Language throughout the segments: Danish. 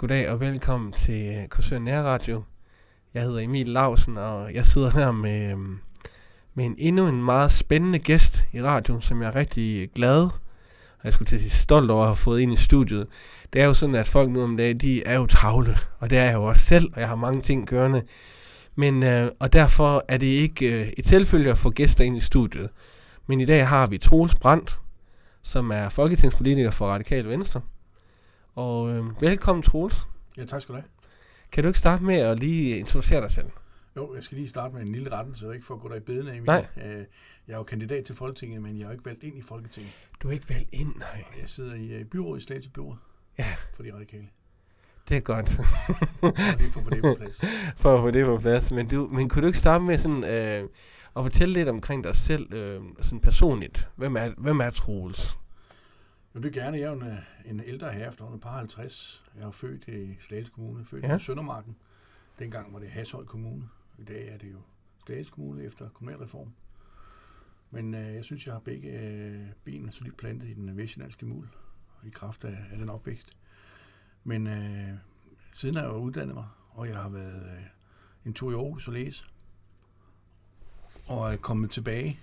Goddag og velkommen til Korsør Nærradio. Jeg hedder Emil Lausen, og jeg sidder her med endnu en meget spændende gæst i radio, som jeg er rigtig glad og jeg skulle til at sige stolt over at have fået ind i studiet. Det er jo sådan, at folk nu om dagen, de er jo travle, og det er jeg jo også selv, og jeg har mange ting kørende. Men, og derfor er det ikke et selvfølge at få gæster ind i studiet. Men i dag har vi Troels Brandt, som er folketingspolitiker for Radikale Venstre. Og velkommen, Troels. Ja, tak skal du have. Kan du ikke starte med at lige introducere dig selv? Jo, jeg skal lige starte med en lille rettelse, ikke for at gå dig i bedene, Emil. Nej. Jeg er jo kandidat til Folketinget, men jeg er jo ikke valgt ind i Folketinget. Du er ikke valgt ind, nej. Jeg sidder i byrådet i Slagelse Byråd. Ja. For de radikale. Det er godt. For at få det på plads. For at få det på plads. Men kunne du ikke starte med sådan, at fortælle lidt omkring dig selv, sådan personligt? Hvem er Troels? Jo, det er gerne. Jeg er jo en ældre herre efterhånden, par 50. Jeg er født i Slagelse Kommune, født i Søndermarken. Dengang var det Hashøj Kommune. I dag er det jo Slagelse Kommune efter kommunalreform. Men jeg synes, jeg har begge ben solidt plantet i den vestjyllandske mul, i kraft af den opvækst. Men siden har jeg jo uddannet mig, og jeg har været en tur i Aarhus og læse. Og er kommet tilbage.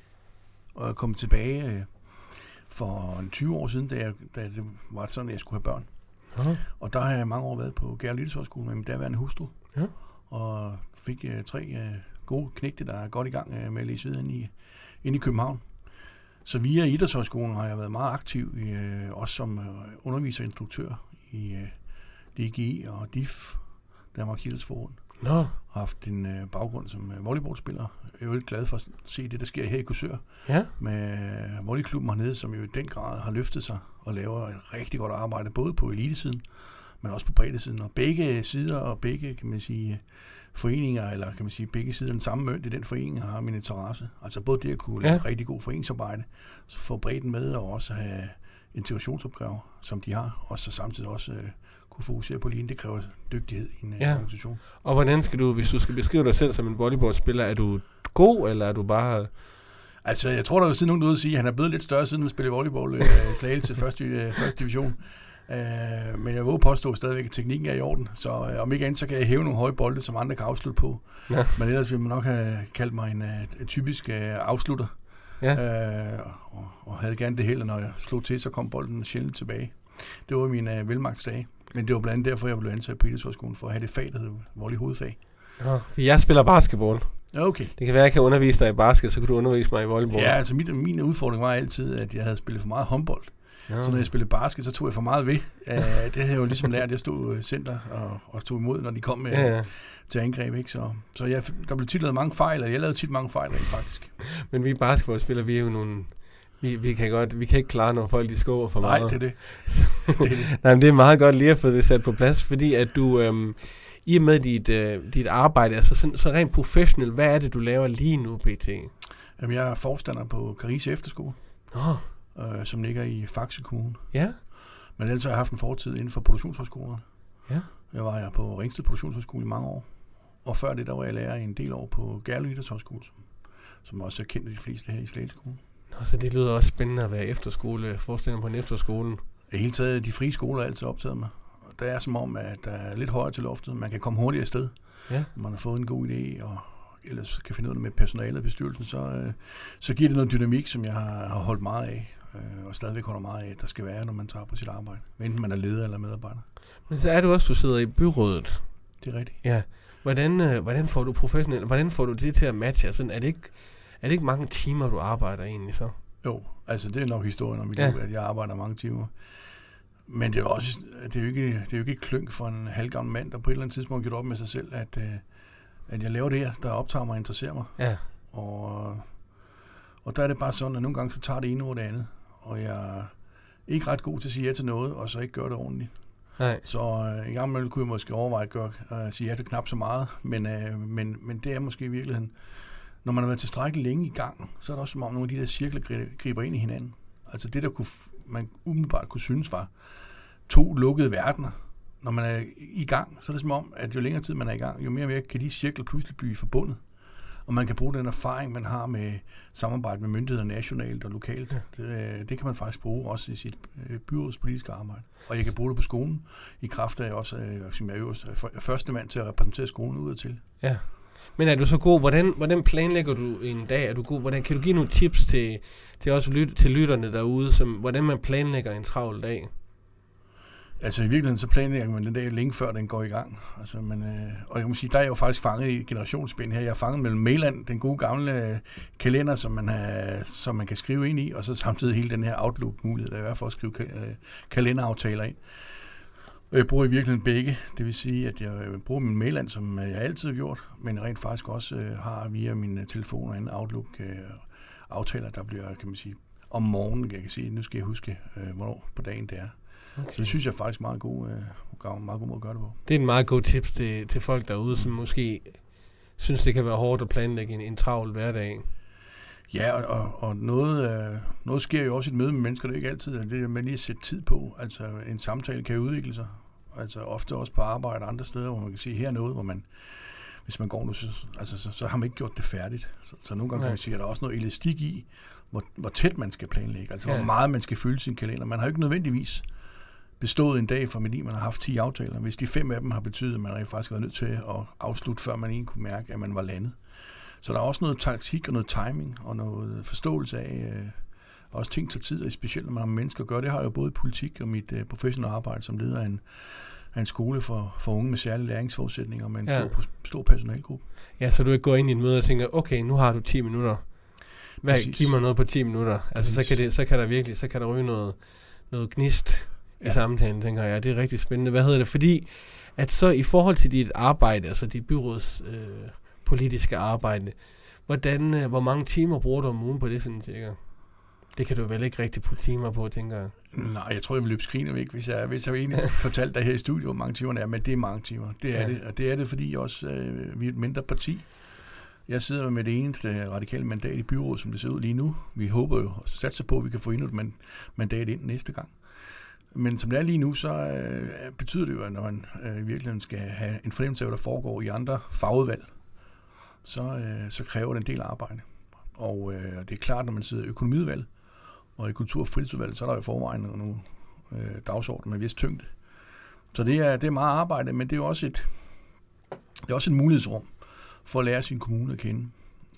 For 20 år siden, da det var sådan, at jeg skulle have børn. Aha. Og der har jeg mange år været på Gær Lytteshøjskole med min daværende hustru. Ja. Og fik 3 gode knægte, der er godt i gang med at læse videre inde i København. Så via Idrætshøjskolen har jeg været meget aktiv, også som underviser og instruktør i DGI og DIF, Danmarks Idrætsforbund. Nå. Har haft en baggrund som volleyballspiller. Jeg er jo glad for at se det, der sker her i Korsør. Ja. Med volleyklubben hernede, som jo i den grad har løftet sig og laver et rigtig godt arbejde, både på elitesiden, men også på breddesiden. Og begge sider og begge, kan man sige, foreninger, eller kan man sige, begge sider den samme mønt i den forening har min interesse. Altså både det at kunne lave rigtig god foreningsarbejde, så få bredden med og også have integrationsopgaver, som de har, og så samtidig også kunne fokusere på linjen. Det kræver dygtighed i en organisation. Og hvordan skal du, hvis du skal beskrive dig selv som en volleyballspiller, er du god, eller er du bare... Altså, jeg tror, der vil sidde nogen ude og sige, at han er blevet lidt større, siden han spillede volleyball i Slagelse første division. Men jeg vil påstå stadigvæk, at teknikken er i orden. Så om ikke andet, så kan jeg hæve nogle høje bolde, som andre kan afslutte på. Ja. Men ellers vil man nok have kaldt mig en typisk afslutter. Ja. Og havde gerne det held, når jeg slog til, så kom bolden sjældent tilbage. Det var min velmagtsdage. Men det var blandt andet derfor, jeg blev ansat på Idrætshøjskolen, for at have det fag, der hedder volley hovedfag. Ja, for jeg spiller basketball. Okay. Det kan være, at jeg kan undervise dig i basket, så kan du undervise mig i volleyball. Ja, altså min udfordring var altid, at jeg havde spillet for meget håndbold. Ja. Så når jeg spillede basket, så tog jeg for meget ved. Det havde jeg jo ligesom lært, at jeg stod center og stod imod, når de kom til angreb. Ikke? Så der blev tit lavet mange fejl, og jeg lavede tit mange fejl faktisk. Men vi basketballspillere, vi er jo nogle... Vi kan ikke klare, når folk de skubber for meget. Nej, det er det. Nej, men det er meget godt lige at få det sat på plads, fordi at du, i og med dit arbejde, altså så rent professionelt, hvad er det, du laver lige nu, PT? Jamen, jeg er forstander på Carise Efterskole, som ligger i Faxe Kommune. Ja. Men ellers har jeg haft en fortid inden for produktionshøjskolerne. Ja. Jeg var på Ringsted Produktionshøjskole i mange år, og før det, der var jeg lærer i en del år på Gær Lytteshøjskole, som også er kendt af de fleste her i Slagelse Kommune. Nå, så det lyder også spændende at være efterskole, forstander på en efterskole. I hele taget, de frie skoler er altid optaget mig. Det er som om, at der er lidt højere til loftet. Man kan komme hurtigere afsted. Ja. Man har fået en god idé, og ellers kan finde ud af med personalet og bestyrelsen, så giver det noget dynamik, som jeg har holdt meget af, og stadigvæk holder meget af, at der skal være, når man tager på sit arbejde. Enten man er leder eller medarbejder. Men så er du også, du sidder i byrådet. Det er rigtigt. Ja. Hvordan får du professionelt, hvordan får du det til at matche? Altså, er det ikke mange timer, du arbejder egentlig så? Jo, altså det er nok historien om mit liv, at jeg arbejder mange timer. Men det er jo ikke et klynk for en halvgammel mand, der på et eller andet tidspunkt gjorde op med sig selv, at jeg laver det her, der optager mig og interesserer mig. Ja. Og der er det bare sådan, at nogle gange så tager det ene over det andet, og jeg er ikke ret god til at sige ja til noget, og så ikke gøre det ordentligt. Nej. Så en gang imellem kunne jeg måske overveje at sige ja til knap så meget, men det er måske i virkeligheden, når man har været tilstrækkeligt længe i gang, så er det også som om nogle af de der cirkler griber ind i hinanden. Altså det, der man umiddelbart kunne synes var 2 lukkede verdener. Når man er i gang, så er det som om, at jo længere tid man er i gang, jo mere og mere kan de cirkler pludselig blive forbundet. og man kan bruge den erfaring, man har med samarbejde med myndigheder nationalt og lokalt. Det kan man faktisk bruge også i sit byrådspolitiske arbejde. Og jeg kan bruge det på skolen, i kraft af også, som jeg er første mand til at repræsentere skolen udadtil. Ja. Men er du så god? Hvordan planlægger du en dag? Er du god? Kan du give nogle tips til også til lytterne derude, hvordan man planlægger en travl dag? Altså i virkeligheden så planlægger man den dag længe før den går i gang. Altså, og jeg må sige, der er jeg jo faktisk fanget i generationsspænd her. Jeg er fanget mellem Mailand, den gode gamle kalender, som man kan skrive ind i, og så samtidig hele den her Outlook-mulighed, der er for at skrive kalenderaftaler ind. Og jeg bruger i virkeligheden begge. Det vil sige, at jeg bruger min Mailand, som jeg altid har gjort, men rent faktisk også har via min telefon og en Outlook-aftaler, der bliver, kan man sige, om morgenen. Jeg kan sige, nu skal jeg huske, hvornår på dagen det er. Okay. Så det synes jeg faktisk er meget god måde at gøre det på. Det er en meget god tips til folk derude, som måske synes, det kan være hårdt at planlægge en travl hverdag. Ja, og noget sker jo også i et møde med mennesker, det er ikke altid det, man lige at sætte tid på. Altså en samtale kan udvikle sig. Altså ofte også på arbejde og andre steder, hvor man kan sige, her er noget, hvor man, hvis man går nu, så har man ikke gjort det færdigt. Så nogle gange kan man sige, at der er også noget elastik i, hvor tæt man skal planlægge. Altså hvor meget man skal fylde sin kalender. Man har jo ikke nødvendigvis bestået en dag for man har haft 10 aftaler. Hvis de 5 af dem har betydet, at man rent faktisk var nødt til at afslutte, før man egentlig kunne mærke, at man var landet. Så der er også noget taktik og noget timing og noget forståelse af, også ting tager tid, og specielt når man har med mennesker at gøre. Det har jeg jo både i politik og mit professionelle arbejde som leder af en skole for unge med særlige læringsforudsætninger med en stor personalgruppe. Ja, så du ikke går ind i en møde og tænker, okay, nu har du 10 minutter. Giv mig noget på 10 minutter. Altså så kan der ryge noget gnist i samtalen, tænker jeg. Det er rigtig spændende. Hvad hedder det? Fordi at så i forhold til dit arbejde, altså dit byråds politiske arbejde, hvor mange timer bruger du om ugen på det, sådan cirka? Det kan du vel ikke rigtig putte timer på, tænker jeg. Nej, jeg tror, jeg vil løbe skrigende væk, hvis jeg egentlig fortalte dig her i studiet, hvor mange timer det er, men det er mange timer. Det er det, og det er det, fordi også vi er et mindre parti. Jeg sidder med det eneste radikale mandat i byrådet, som det ser ud lige nu. Vi håber jo og satser på, at vi kan få endnu et mandat ind næste gang. Men som det er lige nu, så betyder det jo, at når man i virkeligheden skal have en fornemmelse af, hvad der foregår i andre fagudvalg, så kræver det en del arbejde. Og det er klart, når man sidder i økonomiudvalget og i kultur- og fritidsudvalget, så er der jo forvejen nogle dagsordner med vis tyngde. Så det er meget arbejde, men det er jo også et mulighedsrum for at lære sin kommune at kende.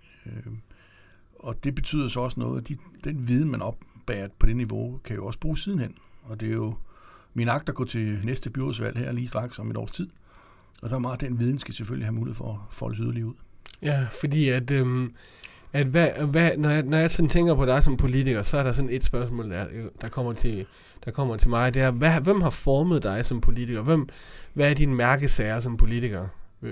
Og det betyder så også noget, at den viden, man opbærer på det niveau, kan jo også bruges sidenhen. Og det er jo min agt at gå til næste byrådsvalg her lige straks om et års tid. Og der er meget den viden, skal selvfølgelig have mulighed for at folde yderligere ud. Ja, fordi at når jeg sådan tænker på dig som politiker, så er der sådan et spørgsmål, der kommer til mig. Det er, hvem har formet dig som politiker? Hvad er dine mærkesager som politiker?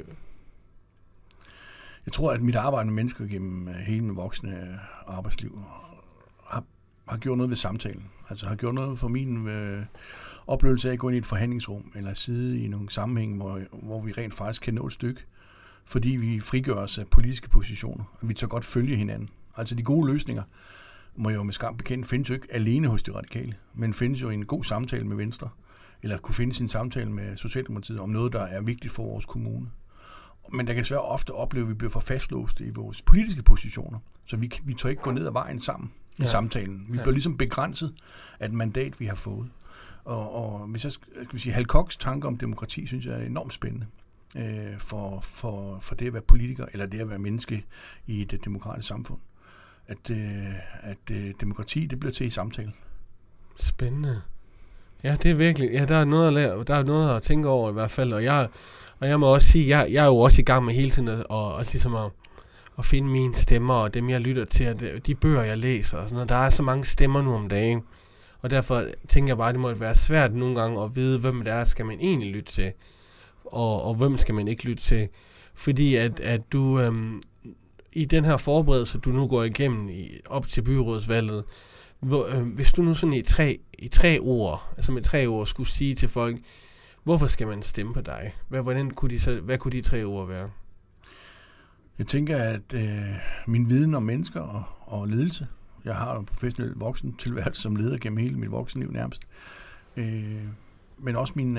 Jeg tror, at mit arbejde med mennesker gennem hele mit voksne arbejdsliv har gjort noget ved samtalen. Altså har gjort noget for min oplevelse af at gå ind i et forhandlingsrum, eller sidde i nogle sammenhæng, hvor vi rent faktisk kan nå et stykke, fordi vi frigør os af politiske positioner, og vi tør godt følge hinanden. Altså de gode løsninger må jo med skam bekendt findes jo ikke alene hos de radikale, men findes jo i en god samtale med Venstre, eller kunne findes i en samtale med Socialdemokratiet om noget, der er vigtigt for vores kommune. Men der kan desværre ofte opleve, at vi bliver for fastlåste i vores politiske positioner, så vi tør ikke gå ned ad vejen sammen i samtalen. Vi bliver ligesom begrænset af et mandat, vi har fået. Og hvis jeg skal sige, Hal Kochs tanker om demokrati, synes jeg er enormt spændende for det at være politiker, eller det at være menneske i et demokratisk samfund. At demokrati, det bliver til i samtale. Spændende. Ja, det er virkelig. Ja, der er noget at lære, der er noget at tænke over i hvert fald, og jeg må også sige, jeg er jo også i gang med hele tiden og ligesom at finde mine stemmer, og dem jeg lytter til, og de bøger jeg læser, og sådan noget. Der er så mange stemmer nu om dagen, og derfor tænker jeg bare, at det må være svært nogle gange at vide, hvem det er, skal man egentlig lytte til, og hvem skal man ikke lytte til, fordi at du i den her forberedelse, du nu går igennem op til byrådsvalget, hvis du nu sådan i tre ord skulle sige til folk, hvorfor skal man stemme på dig? Hvad kunne de 3 ord være? Jeg tænker, at min viden om mennesker og ledelse, jeg har en professionel voksen tilværelse som leder gennem hele mit voksenliv nærmest, men også min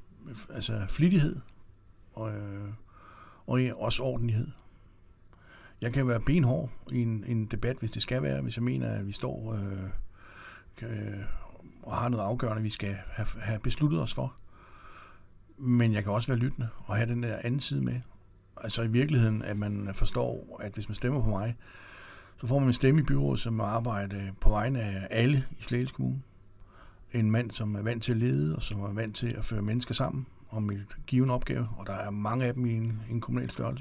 flittighed og også ordentlighed. Jeg kan være benhård i en debat, hvis det skal være, hvis jeg mener, at vi står og har noget afgørende, vi skal have besluttet os for. Men jeg kan også være lyttende og have den der anden side med. Altså i virkeligheden, at man forstår, at hvis man stemmer på mig, så får man en stemme i byrådet, som arbejder på vegne af alle i Slagelse Kommune. En mand, som er vant til at lede, og som er vant til at føre mennesker sammen om et given opgave, og der er mange af dem i en kommunal størrelse.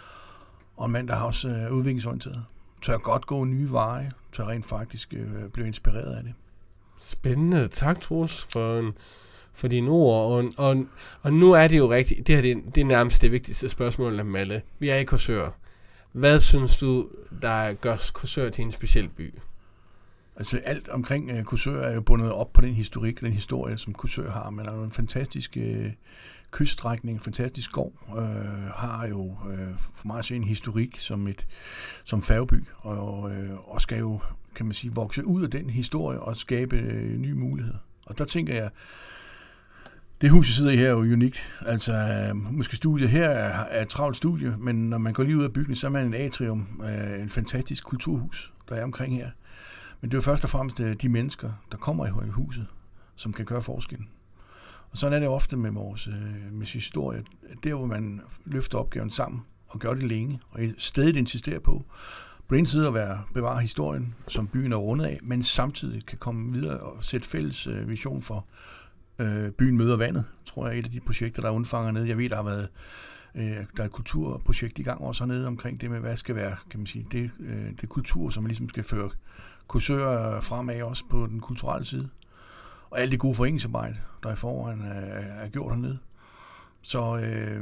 Og en mand, der har også udviklingsorienteret. Tør godt gå nye veje, tør rent faktisk blive inspireret af det. Spændende. Tak, Troels, for dine ord. Og nu er det jo rigtigt. Det her det er nærmest det vigtigste spørgsmål af dem alle. Vi er i Korsør. Hvad synes du, der gør Korsør til en speciel by? Altså alt omkring Korsør er jo bundet op på den historik, den historie, som Korsør har. Men der er jo en fantastisk kyststrækning, en fantastisk skov, har jo for mig at se en historik som færgeby, og skal jo, kan man sige, vokse ud af den historie og skabe nye muligheder. Og der tænker jeg, det hus, jeg sidder i her, er jo unikt. Altså, måske studiet her er et travlt studie, men når man går lige ud af bygningen, så er man en atrium, en fantastisk kulturhus, der er omkring her. Men det er jo først og fremmest de mennesker, der kommer i huset, som kan gøre forskellen. Og sådan er det ofte med vores historie. Der, hvor man løfter opgaven sammen og gør det længe, og stadig insisterer på den ene side at bevare historien, som byen er rundet af, men samtidig kan komme videre og sætte fælles vision for byen møder vandet, tror jeg er et af de projekter, der undfanger nede. Jeg ved, der har været der er et kulturprojekt i gang også hernede omkring det med, hvad skal være, kan man sige, det kultur, som ligesom skal føre Korsør fremad også på den kulturelle side. Og alt det gode foreningsarbejde, der i forvejen er gjort hernede. Så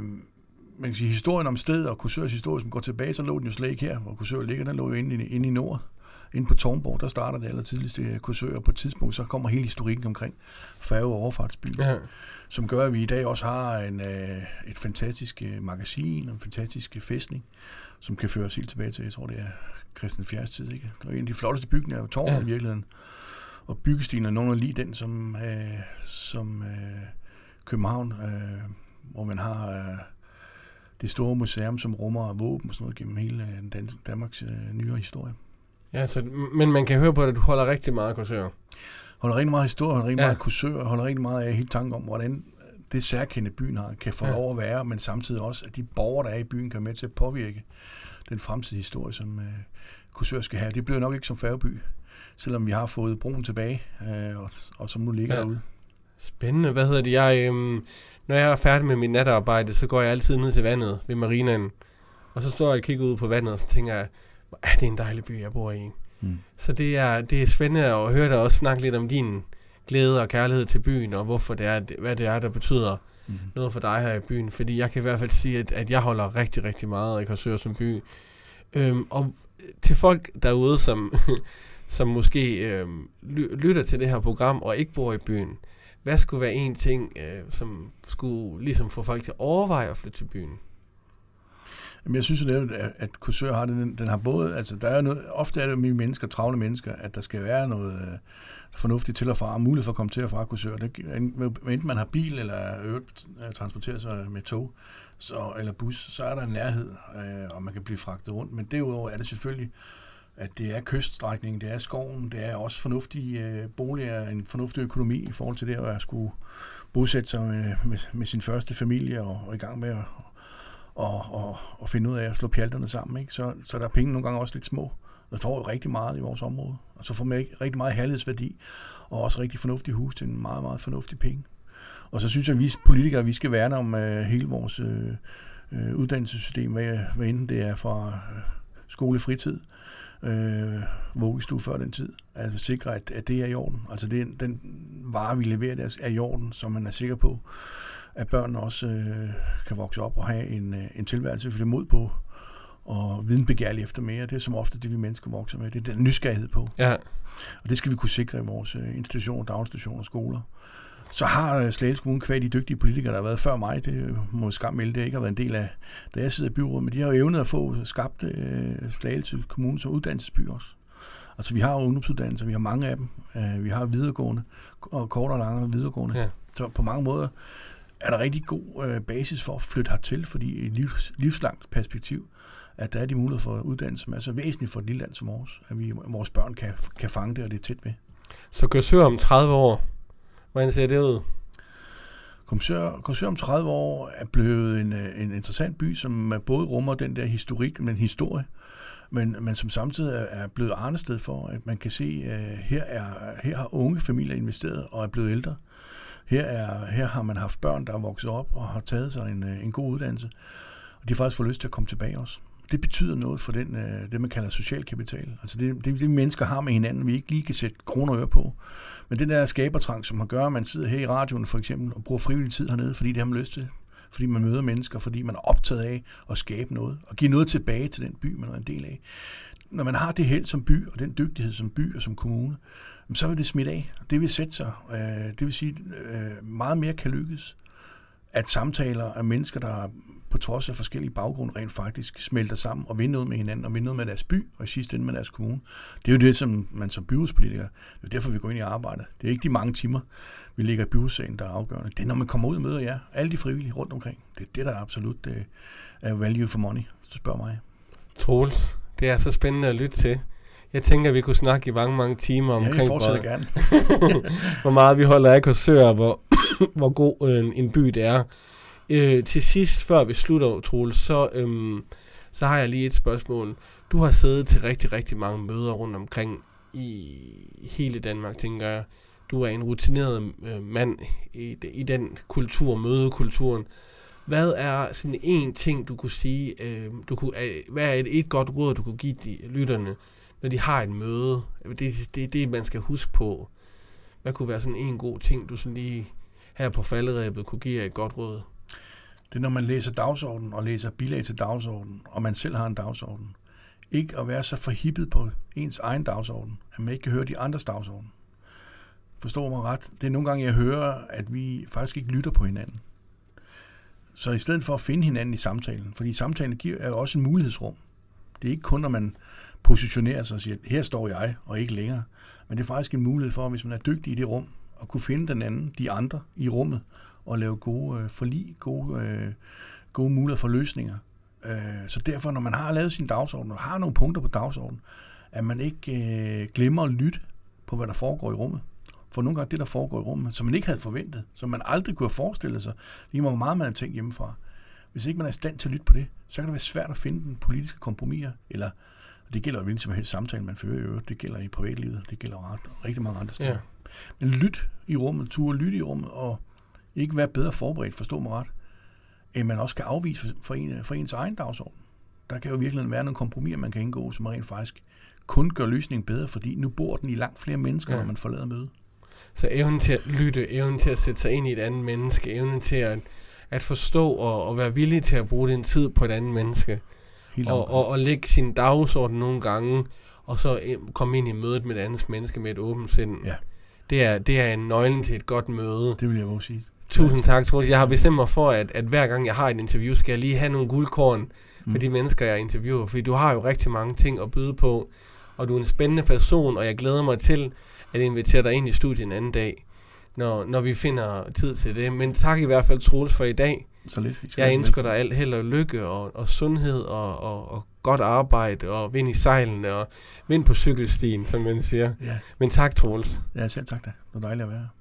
man kan sige, historien om stedet og Korsørs historie, som går tilbage, så lå den jo slet ikke her, hvor Korsør ligger. Den lå jo inde i nord. Inde på Tårnborg, der starter det allertidligste Korsør, og på et tidspunkt, så kommer hele historikken omkring færge- og overfartsby, som gør, at vi i dag også har et fantastisk magasin, og en fantastisk fæstning, som kan føre os helt tilbage til, jeg tror, det er Christian Fjerds tid, ikke? Det er en af de flotteste bygninger af tårnet i virkeligheden. Og byggestilen er nogen lige den, som København, hvor man har det store museum, som rummer våben og sådan noget gennem hele Danmarks nyere historie. Ja, men man kan høre på, at du holder rigtig meget af Korsør. Holder rigtig meget historie, holder rigtig meget af Korsør, holder rigtig meget af hele tanken om, hvordan det særkendte byen har, kan få lov at være, men samtidig også, at de borgere, der er i byen, kan med til at påvirke den fremtidige historie, som Korsør skal have. Det bliver nok ikke som færgeby, selvom vi har fået broen tilbage, og som nu ligger derude. Spændende. Hvad hedder det? Når jeg er færdig med mit natarbejde, så går jeg altid ned til vandet ved marinaen, og så står jeg og kigger ud på vandet, og så tænker jeg, det er en dejlig by, jeg bor i. Så det er spændende at høre dig også snakke lidt om din glæde og kærlighed til byen, og hvorfor det er, hvad det er, der betyder noget for dig her i byen. Fordi jeg kan i hvert fald sige, at jeg holder rigtig, rigtig meget af Korsør som by. Og til folk derude, som måske lytter til det her program og ikke bor i byen, hvad skulle være en ting, som skulle ligesom få folk til at overveje at flytte til byen? Jamen, jeg synes jo, at Korsør har den har både, altså der er noget, ofte er det jo mennesker, travle mennesker, at der skal være noget fornuftigt til og fra, mulighed for at komme til og fra Korsør. Enten man har bil eller transporterer sig med tog eller bus, så er der en nærhed, og man kan blive fragtet rundt. Men derudover er det selvfølgelig, at det er kyststrækningen, det er skoven, det er også fornuftige boliger, en fornuftig økonomi i forhold til det at skulle bosætte sig med sin første familie og i gang med og finde ud af at slå pjalterne sammen, ikke? Så der er penge nogle gange også lidt små. Der får jo rigtig meget i vores område, og så får man rigtig meget herlighedsværdi, og også rigtig fornuftige hus til en meget, meget fornuftig penge. Og så synes jeg, at vi politikere, vi skal værne om hele vores uddannelsessystem, hvad enten det er fra skolefritid, vuggestue før den tid, altså sikre, at det er i orden. Altså den vare, vi leverer, er i orden, så man er sikker på, at børnene også kan vokse op og have en tilværelse, for det mod på og videnbegærlig efter mere. Det er som ofte det, vi mennesker vokser med. Det er den nysgerrighed på. Ja. Og det skal vi kunne sikre i vores institutioner, daginstitutioner og skoler. Så har Slagelse Kommune kvad de dygtige politikere, der har været før mig, det må skam melde, det ikke har været en del af, da jeg sidder i byrådet, men de har jo evnet at få skabt Slagelse Kommune som uddannelsesby også. Altså vi har ungdomsuddannelser, vi har mange af dem, vi har videregående, og kortere og langere videregående. Ja. Så på mange måder er der rigtig god basis for at flytte hertil, fordi i et livslangt perspektiv at der er de muligheder for uddannelse, som er så væsentligt for et lille land som vores, at vores børn kan fange det, og det er tæt ved. Så Korsør om 30 år, hvordan ser det ud? Korsør om 30 år er blevet en interessant by, som både rummer den der historik, men historie, men som samtidig er blevet arnested for, at man kan se, at her har unge familier investeret og er blevet ældre. Her har man haft børn, der er vokset op og har taget sig en god uddannelse, og de har faktisk fået lyst til at komme tilbage også. Det betyder noget for det, man kalder social kapital. Altså det mennesker har med hinanden, vi ikke lige kan sætte kroner og øre på. Men den der skabertrang, som har gør, at man sidder her i radioen for eksempel og bruger frivillig tid hernede, fordi det har man lyst til. Fordi man møder mennesker, fordi man er optaget af at skabe noget og give noget tilbage til den by, man er en del af. Når man har det held som by, og den dygtighed som by og som kommune, så vil det smitte af. Det vil sætte sig. Det vil sige, meget mere kan lykkes. At samtaler af mennesker, der på trods af forskellige baggrunde rent faktisk smelter sammen og vinder noget med hinanden, og vinder noget med deres by, og i sidste ende med deres kommune. Det er jo det, som man som byrådspolitiker, det er derfor, vi går ind i arbejdet. Det er ikke de mange timer, vi ligger i byrådssagen, der er afgørende. Det er, når man kommer ud og møder jer, alle de frivillige rundt omkring. Det er det, der er absolut er value for money, hvis du spørger mig. Troels, det er så spændende at lytte til. Jeg tænker, vi kunne snakke i mange timer omkring, jeg fortsætter gerne. hvor meget vi holder af Korsør, og hvor god en by det er. Til sidst, før vi slutter, Troels, så har jeg lige et spørgsmål. Du har siddet til rigtig, rigtig mange møder rundt omkring i hele Danmark, tænker jeg. Du er en rutineret mand i den kultur, mødekulturen. Hvad er sådan en ting, du kunne sige, hvad er et godt råd, du kunne give de lytterne, når de har et møde? Det er det, man skal huske på. Hvad kunne være sådan en god ting, du sådan lige her på falderebet kunne give et godt råd? Det er, når man læser dagsordenen og læser bilag til dagsordenen, og man selv har en dagsorden. Ikke at være så forhippet på ens egen dagsorden, at man ikke kan høre de andres dagsorden. Forstår mig ret? Det er nogle gange, jeg hører, at vi faktisk ikke lytter på hinanden. Så i stedet for at finde hinanden i samtalen, fordi samtalen er jo også en mulighedsrum. Det er ikke kun, når man positionerer sig og siger, her står jeg, og ikke længere. Men det er faktisk en mulighed for, hvis man er dygtig i det rum, at kunne finde den anden, de andre i rummet, og lave gode forlig, gode muligheder for løsninger. Så derfor, når man har lavet sin dagsorden, og har nogle punkter på dagsordenen, at man ikke glemmer at lytte på, hvad der foregår i rummet. For nogle gange det, der foregår i rummet, som man ikke havde forventet, som man aldrig kunne have forestillet sig, lige hvor meget man har tænkt hjemmefra. Hvis ikke man er i stand til at lytte på det, så kan det være svært at finde den politiske kompromiser, eller det gælder jo hvilken som helst samtale, man fører i øvrigt, det gælder i privatlivet, det gælder rigtig mange andre steder. Ja. Men lyt i rummet, lytte i rummet, og ikke være bedre forberedt, forstå mig ret, end man også kan afvise for ens egen dagsorden. Der kan jo virkelig være nogle kompromiser, man kan indgå, som rent faktisk kun gør løsningen bedre, fordi nu bor den i langt flere mennesker, når man forlader møde. Så evnen til at lytte, evnen til at sætte sig ind i et andet menneske, evnen til at forstå og være villig til at bruge den tid på et andet menneske, og lægge sin dagsorden nogle gange, og så komme ind i mødet med et andet menneske med et åbent sind. Ja. Det er en nøglen til et godt møde. Det vil jeg også sige. Tusind tak, Troels. Jeg har bestemt mig for, at hver gang jeg har et interview, skal jeg lige have nogle guldkorn for de mennesker, jeg interviewer. Fordi du har jo rigtig mange ting at byde på, og du er en spændende person, og jeg glæder mig til at invitere dig ind i studiet en anden dag, når vi finder tid til det. Men tak i hvert fald, Troels, for i dag. Så lidt. Jeg ønsker dig alt held og lykke, og sundhed, og godt arbejde, og vind i sejlene, og vind på cykelstien, som man siger. Ja. Men tak, Troels. Ja, selv tak da. Det var dejligt at være her.